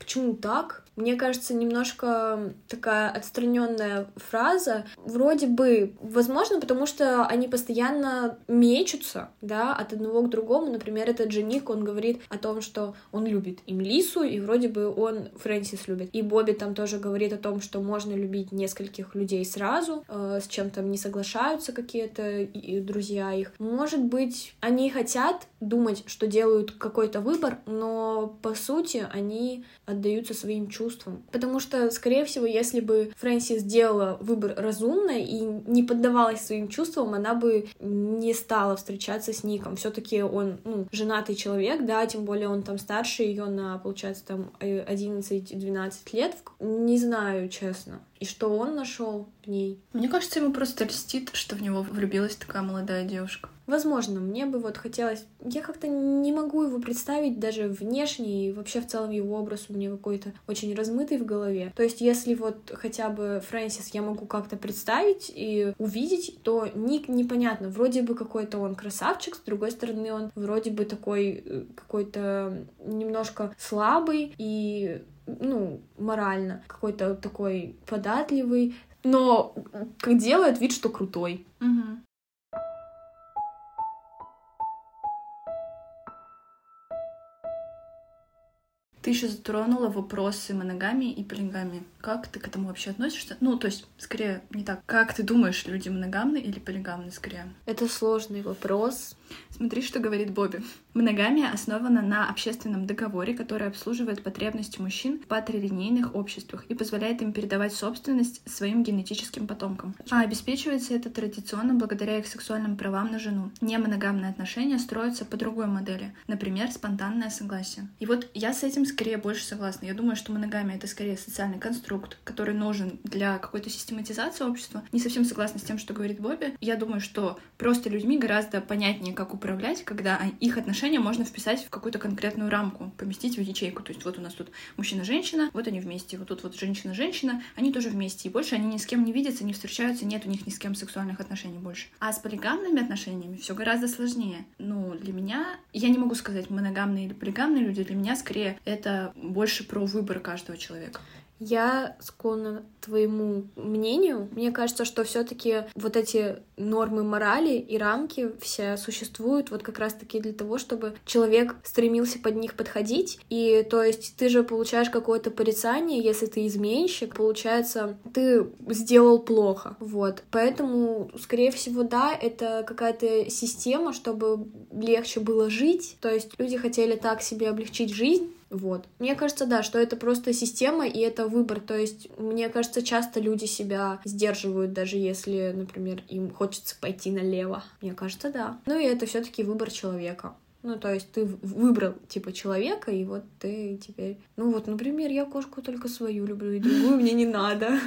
Почему так? Мне кажется, немножко такая отстраненная фраза. Вроде бы, возможно, потому что они постоянно мечутся, да, от одного к другому. Например, этот жених, он говорит о том, что он любит и Мелиссу, и вроде бы он Фрэнсис любит. И Бобби там тоже говорит о том, что можно любить нескольких людей сразу, с чем там не соглашаются какие-то друзья их. Может быть, они хотят думать, что делают какой-то выбор, но по сути они отдаются своим чувствам. Потому что, скорее всего, если бы Фрэнсис сделала выбор разумно и не поддавалась своим чувствам, она бы не стала встречаться с Ником. Все-таки он, женатый человек, да, тем более он там старше ее на, получается, там 11-12 лет. Не знаю, честно. И что он нашел в ней? Мне кажется, ему просто льстит, что в него влюбилась такая молодая девушка. Возможно, мне бы вот хотелось... Я как-то не могу его представить даже внешне, и вообще в целом его образ у меня какой-то очень размытый в голове. То есть если вот хотя бы Фрэнсис я могу как-то представить и увидеть, то Ник непонятно. Вроде бы какой-то он красавчик, с другой стороны он вроде бы такой какой-то немножко слабый и... морально, какой-то такой податливый, но как делает вид, что крутой. Угу. Ты еще затронула вопросы моногамии и полигамии. Как ты к этому вообще относишься? То есть, скорее, не так. Как ты думаешь, люди моногамны или полигамны, скорее? Это сложный вопрос. Смотри, что говорит Бобби. Моногамия основана на общественном договоре, который обслуживает потребности мужчин в патрилинейных обществах и позволяет им передавать собственность своим генетическим потомкам. А обеспечивается это традиционно благодаря их сексуальным правам на жену. Немоногамные отношения строятся по другой модели, например, спонтанное согласие. И вот я с этим скорее больше согласна. Я думаю, что моногамия — это скорее социальный конструкт, который нужен для какой-то систематизации общества. Не совсем согласна с тем, что говорит Бобби. Я думаю, что просто людьми гораздо понятнее, как управлять, когда их отношения можно вписать в какую-то конкретную рамку, поместить в ячейку. То есть вот у нас тут мужчина-женщина, вот они вместе, вот тут вот женщина-женщина, они тоже вместе, и больше они ни с кем не видятся, не встречаются, нет у них ни с кем сексуальных отношений больше. А с полигамными отношениями все гораздо сложнее. Для меня, я не могу сказать, моногамные или полигамные люди, для меня скорее это больше про выбор каждого человека. Я склонна к твоему мнению. Мне кажется, что все-таки вот эти нормы морали и рамки все существуют вот как раз-таки для того, чтобы человек стремился под них подходить. И то есть ты же получаешь какое-то порицание, если ты изменщик, получается, ты сделал плохо. Вот. Поэтому, скорее всего, да, это какая-то система, чтобы легче было жить. То есть люди хотели так себе облегчить жизнь. Вот. Мне кажется, да, что это просто система и это выбор. То есть, мне кажется, часто люди себя сдерживают, даже если, например, им хочется пойти налево. Мне кажется, да. И это все-таки выбор человека. То есть ты выбрал, человека, и вот ты теперь... например, я кошку только свою люблю, и другую мне не надо.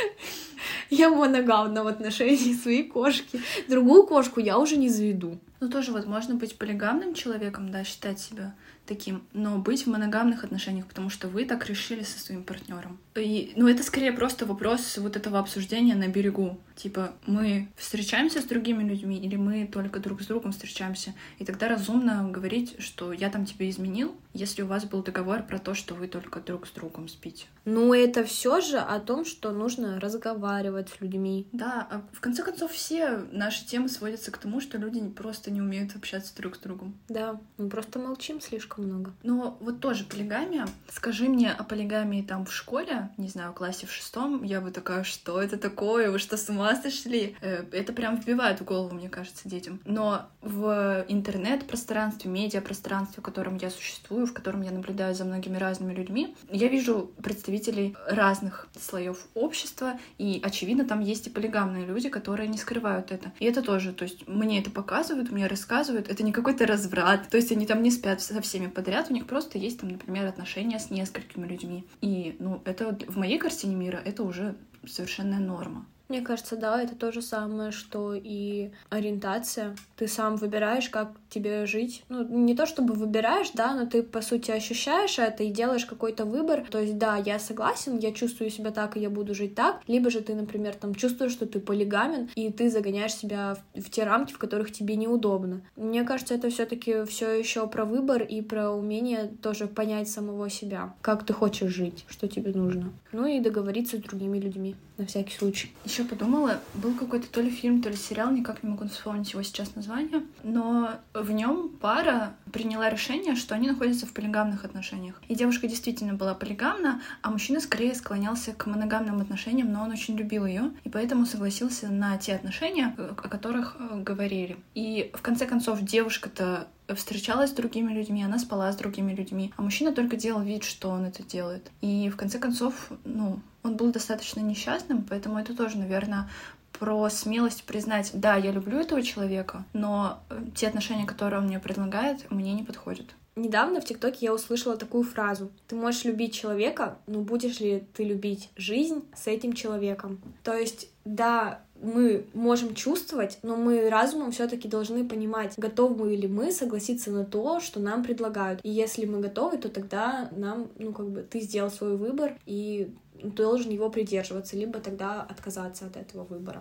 Я моногамна в отношении своей кошки. Другую кошку я уже не заведу. Тоже возможно быть полигамным человеком, да, считать себя таким, но быть в моногамных отношениях, потому что вы так решили со своим партнером. И, это скорее просто вопрос вот этого обсуждения на берегу. Мы встречаемся с другими людьми или мы только друг с другом встречаемся. И тогда разумно говорить, что я там тебе изменил, если у вас был договор про то, что вы только друг с другом спите. Это все же о том, что нужно разговаривать с людьми. Да, а в конце концов все наши темы сводятся к тому, что люди просто не умеют общаться друг с другом. Да, мы просто молчим слишком много. Но вот тоже полигамия. Скажи мне о полигамии там в школе, не знаю, в классе в 6, я бы такая, что это такое, вы что, с ума сошли? Это прям вбивает в голову, мне кажется, детям. Но в интернет-пространстве, медиапространстве, в котором я существую, в котором я наблюдаю за многими разными людьми, я вижу представителей разных слоев общества, и, очевидно, там есть и полигамные люди, которые не скрывают это. И это тоже, то есть мне это показывают, мне рассказывают, это не какой-то разврат, то есть они там не спят со всеми подряд, у них просто есть там, например, отношения с несколькими людьми. И, это в моей картине мира это уже совершенная норма. Мне кажется, да, это то же самое, что и ориентация. Ты сам выбираешь, как тебе жить. Ну, не то чтобы выбираешь, да, но ты, по сути, ощущаешь это и делаешь какой-то выбор. То есть, да, я согласен, я чувствую себя так, и я буду жить так. Либо же ты, например, там чувствуешь, что ты полигамен, и ты загоняешь себя в те рамки, в которых тебе неудобно. Мне кажется, это все-таки все еще про выбор и про умение тоже понять самого себя. Как ты хочешь жить, что тебе нужно. Ну и договориться с другими людьми, на всякий случай. Еще подумала, был какой-то то ли фильм, то ли сериал, никак не могу вспомнить его сейчас название, но в нем пара приняла решение, что они находятся в полигамных отношениях. И девушка действительно была полигамна, а мужчина скорее склонялся к моногамным отношениям, но он очень любил ее, и поэтому согласился на те отношения, о которых говорили. И в конце концов девушка-то встречалась с другими людьми, она спала с другими людьми, а мужчина только делал вид, что он это делает. И в конце концов, он был достаточно несчастным, поэтому это тоже, наверное, про смелость признать, да, я люблю этого человека, но те отношения, которые он мне предлагает, мне не подходят. Недавно в ТикТоке я услышала такую фразу: ты можешь любить человека, но будешь ли ты любить жизнь с этим человеком? То есть, да, мы можем чувствовать, но мы разумом все-таки должны понимать, готовы ли мы согласиться на то, что нам предлагают. И если мы готовы, то тогда нам, ты сделал свой выбор и должен его придерживаться, либо тогда отказаться от этого выбора.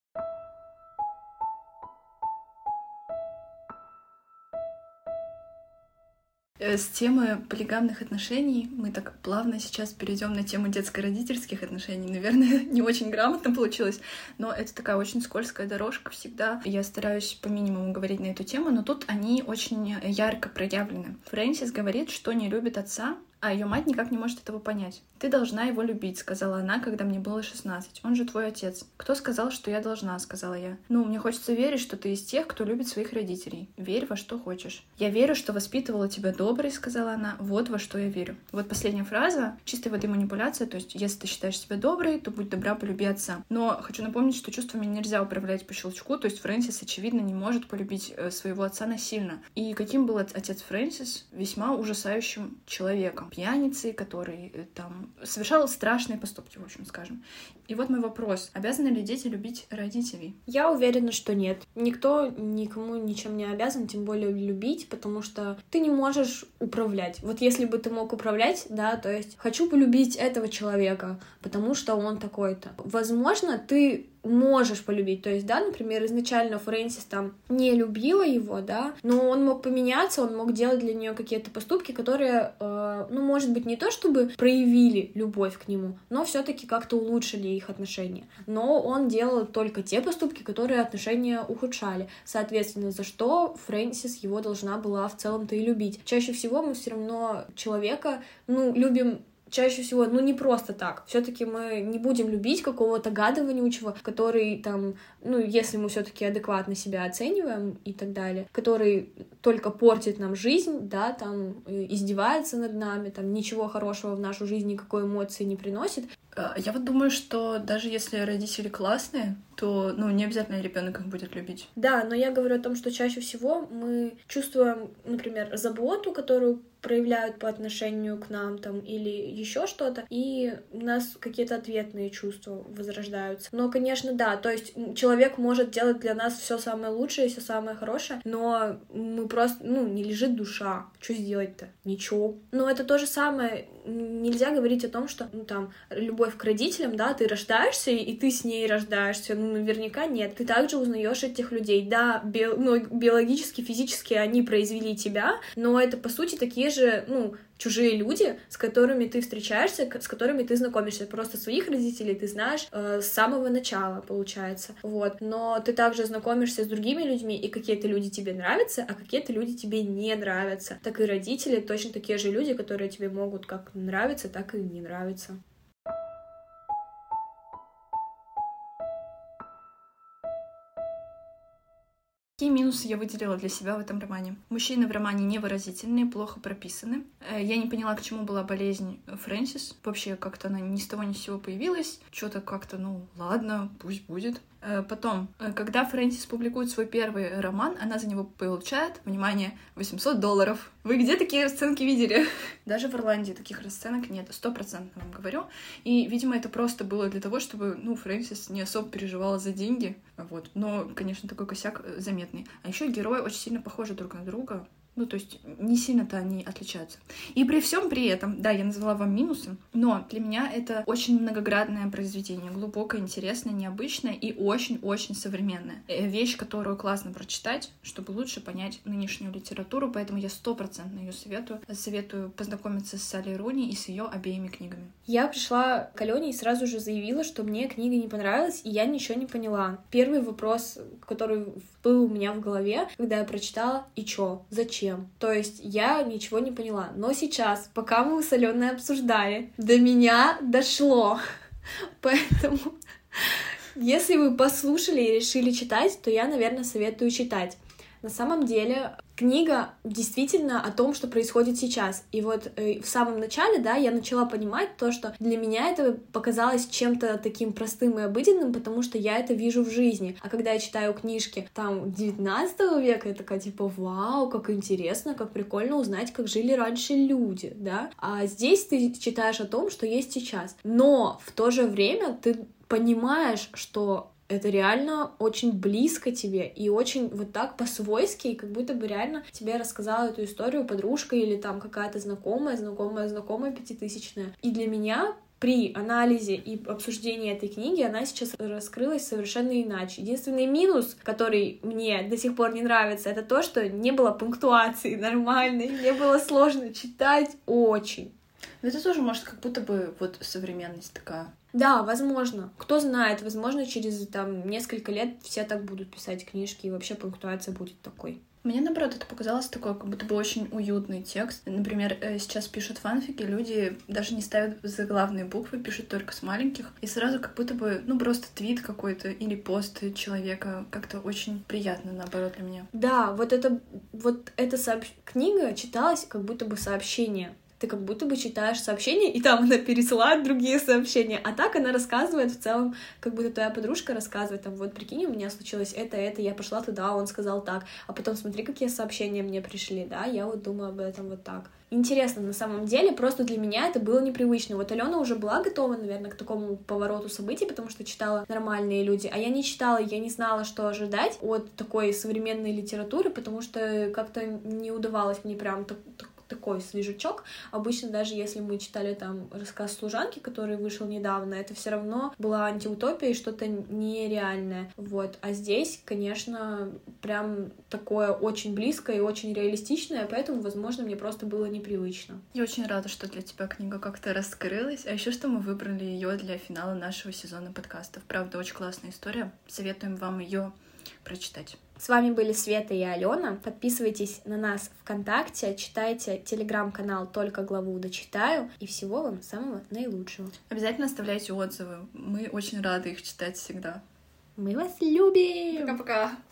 С темы полигамных отношений мы так плавно сейчас перейдем на тему детско-родительских отношений. Наверное, не очень грамотно получилось, но это такая очень скользкая дорожка всегда. Я стараюсь по минимуму говорить на эту тему, но тут они очень ярко проявлены. Фрэнсис говорит, что не любит отца, а ее мать никак не может этого понять. «Ты должна его любить», — сказала она, когда мне было 16. «Он же твой отец». «Кто сказал, что я должна?» — сказала я. «Мне хочется верить, что ты из тех, кто любит своих родителей. Верь во что хочешь». «Я верю, что воспитывала тебя доброй», — сказала она. «Вот во что я верю». Вот последняя фраза — чистой воды манипуляция, то есть если ты считаешь себя доброй, то будь добра, полюби отца. Но хочу напомнить, что чувствами нельзя управлять по щелчку, то есть Фрэнсис, очевидно, не может полюбить своего отца насильно. И каким был отец Фрэнсис? Весьма ужасающим человеком. Пьяницей, который совершал страшные поступки, в общем, скажем. И вот мой вопрос. Обязаны ли дети любить родителей? Я уверена, что нет. Никто никому ничем не обязан, тем более любить, потому что ты не можешь управлять. Вот если бы ты мог управлять, да, то есть хочу полюбить этого человека, потому что он такой-то. Возможно, ты можешь полюбить. То есть, да, например, изначально Фрэнсис там не любила его, да, но он мог поменяться, он мог делать для нее какие-то поступки, которые, может быть, не то чтобы проявили любовь к нему, но все-таки как-то улучшили их отношения. Но он делал только те поступки, которые отношения ухудшали. Соответственно, за что Фрэнсис его должна была в целом-то и любить. Чаще всего мы все равно человека, любим чаще всего, не просто так. Все-таки мы не будем любить какого-то гада вонючего, который там, если мы все-таки адекватно себя оцениваем и так далее, который только портит нам жизнь, да, там издевается над нами, там ничего хорошего в нашу жизнь, никакой эмоции не приносит. Я вот думаю, что даже если родители классные, то, не обязательно ребенок их будет любить. Да, но я говорю о том, что чаще всего мы чувствуем, например, заботу, которую проявляют по отношению к нам там или еще что-то, и у нас какие-то ответные чувства возрождаются. Но, конечно, да, то есть человек может делать для нас все самое лучшее, все самое хорошее, но мы просто, не лежит душа. Что сделать-то? Ничего. Но это то же самое. Нельзя говорить о том, что, любовь к родителям, да, ты рождаешься, и ты с ней рождаешься. Наверняка нет. Ты также узнаешь этих людей. Да, биологически, физически они произвели тебя, но это, по сути, такие же, чужие люди, с которыми ты встречаешься, с которыми ты знакомишься. Просто своих родителей ты знаешь с самого начала, получается. Вот. Но ты также знакомишься с другими людьми, и какие-то люди тебе нравятся, а какие-то люди тебе не нравятся. Так и родители точно такие же люди, которые тебе могут как нравиться, так и не нравиться. Какие минусы я выделила для себя в этом романе? Мужчины в романе невыразительные, плохо прописаны. Я не поняла, к чему была болезнь Фрэнсис. Вообще, как-то она ни с того ни с сего появилась. Что-то как-то, ладно, пусть будет. Потом, когда Фрэнсис публикует свой первый роман, она за него получает, внимание, $800. Вы где такие расценки видели? Даже в Ирландии таких расценок нет, 100% вам говорю. И, видимо, это просто было для того, чтобы, Фрэнсис не особо переживала за деньги. Вот. Но, конечно, такой косяк заметный. А еще герои очень сильно похожи друг на друга. То есть не сильно-то они отличаются. И при всем при этом, да, я назвала вам минусы, но для меня это очень многогранное произведение, глубокое, интересное, необычное и очень-очень современное. Вещь, которую классно прочитать, чтобы лучше понять нынешнюю литературу, поэтому я 100% ее советую. Советую познакомиться с Салли Руни и с ее обеими книгами. Я пришла к Алене и сразу же заявила, что мне книга не понравилась, и я ничего не поняла. Первый вопрос, который был у меня в голове, когда я прочитала: и чё? Зачем? То есть я ничего не поняла. Но сейчас, пока мы с Аленой обсуждали, до меня дошло. Поэтому, если вы послушали и решили читать, то я, наверное, советую читать. На самом деле, книга действительно о том, что происходит сейчас. И вот в самом начале, да, я начала понимать то, что для меня это показалось чем-то таким простым и обыденным, потому что я это вижу в жизни. А когда я читаю книжки там 19 века, я такая типа: вау, как интересно, как прикольно узнать, как жили раньше люди, да. А здесь ты читаешь о том, что есть сейчас. Но в то же время ты понимаешь, что это реально очень близко тебе и очень вот так по-свойски, и как будто бы реально тебе рассказала эту историю подружка или там какая-то знакомая пятитысячная. И для меня при анализе и обсуждении этой книги она сейчас раскрылась совершенно иначе. Единственный минус, который мне до сих пор не нравится, это то, что не было пунктуации нормальной, не было сложно читать очень. Но это тоже, может, как будто бы вот современность такая. Да, возможно. Кто знает, возможно, через несколько лет все так будут писать книжки, и вообще пунктуация будет такой. Мне, наоборот, это показалось такой, как будто бы очень уютный текст. Например, сейчас пишут фанфики, люди даже не ставят заглавные буквы, пишут только с маленьких, и сразу как будто бы, просто твит какой-то или пост человека, как-то очень приятно, наоборот, для меня. Да, вот эта книга читалась как будто бы сообщение. Ты как будто бы читаешь сообщение, и там она пересылает другие сообщения. А так она рассказывает в целом, как будто твоя подружка рассказывает, вот прикинь, у меня случилось это, я пошла туда, он сказал так, а потом смотри, какие сообщения мне пришли, да, я вот думаю об этом вот так. Интересно, на самом деле, просто для меня это было непривычно. Вот Алена уже была готова, наверное, к такому повороту событий, потому что читала «Нормальные люди», а я не читала, я не знала, что ожидать от такой современной литературы, потому что как-то не удавалось мне прям такой свежачок. Обычно даже если мы читали там рассказ «Служанки», который вышел недавно, это все равно была антиутопия и что-то нереальное. Вот. А здесь, конечно, прям такое очень близкое и очень реалистичное, поэтому, возможно, мне просто было непривычно. Я очень рада, что для тебя книга как-то раскрылась, а еще что мы выбрали ее для финала нашего сезона подкастов. Правда, очень классная история. Советуем вам ее прочитать. С вами были Света и Алена. Подписывайтесь на нас ВКонтакте, читайте телеграм-канал «Только главу дочитаю», и всего вам самого наилучшего. Обязательно оставляйте отзывы. Мы очень рады их читать всегда. Мы вас любим! Пока-пока!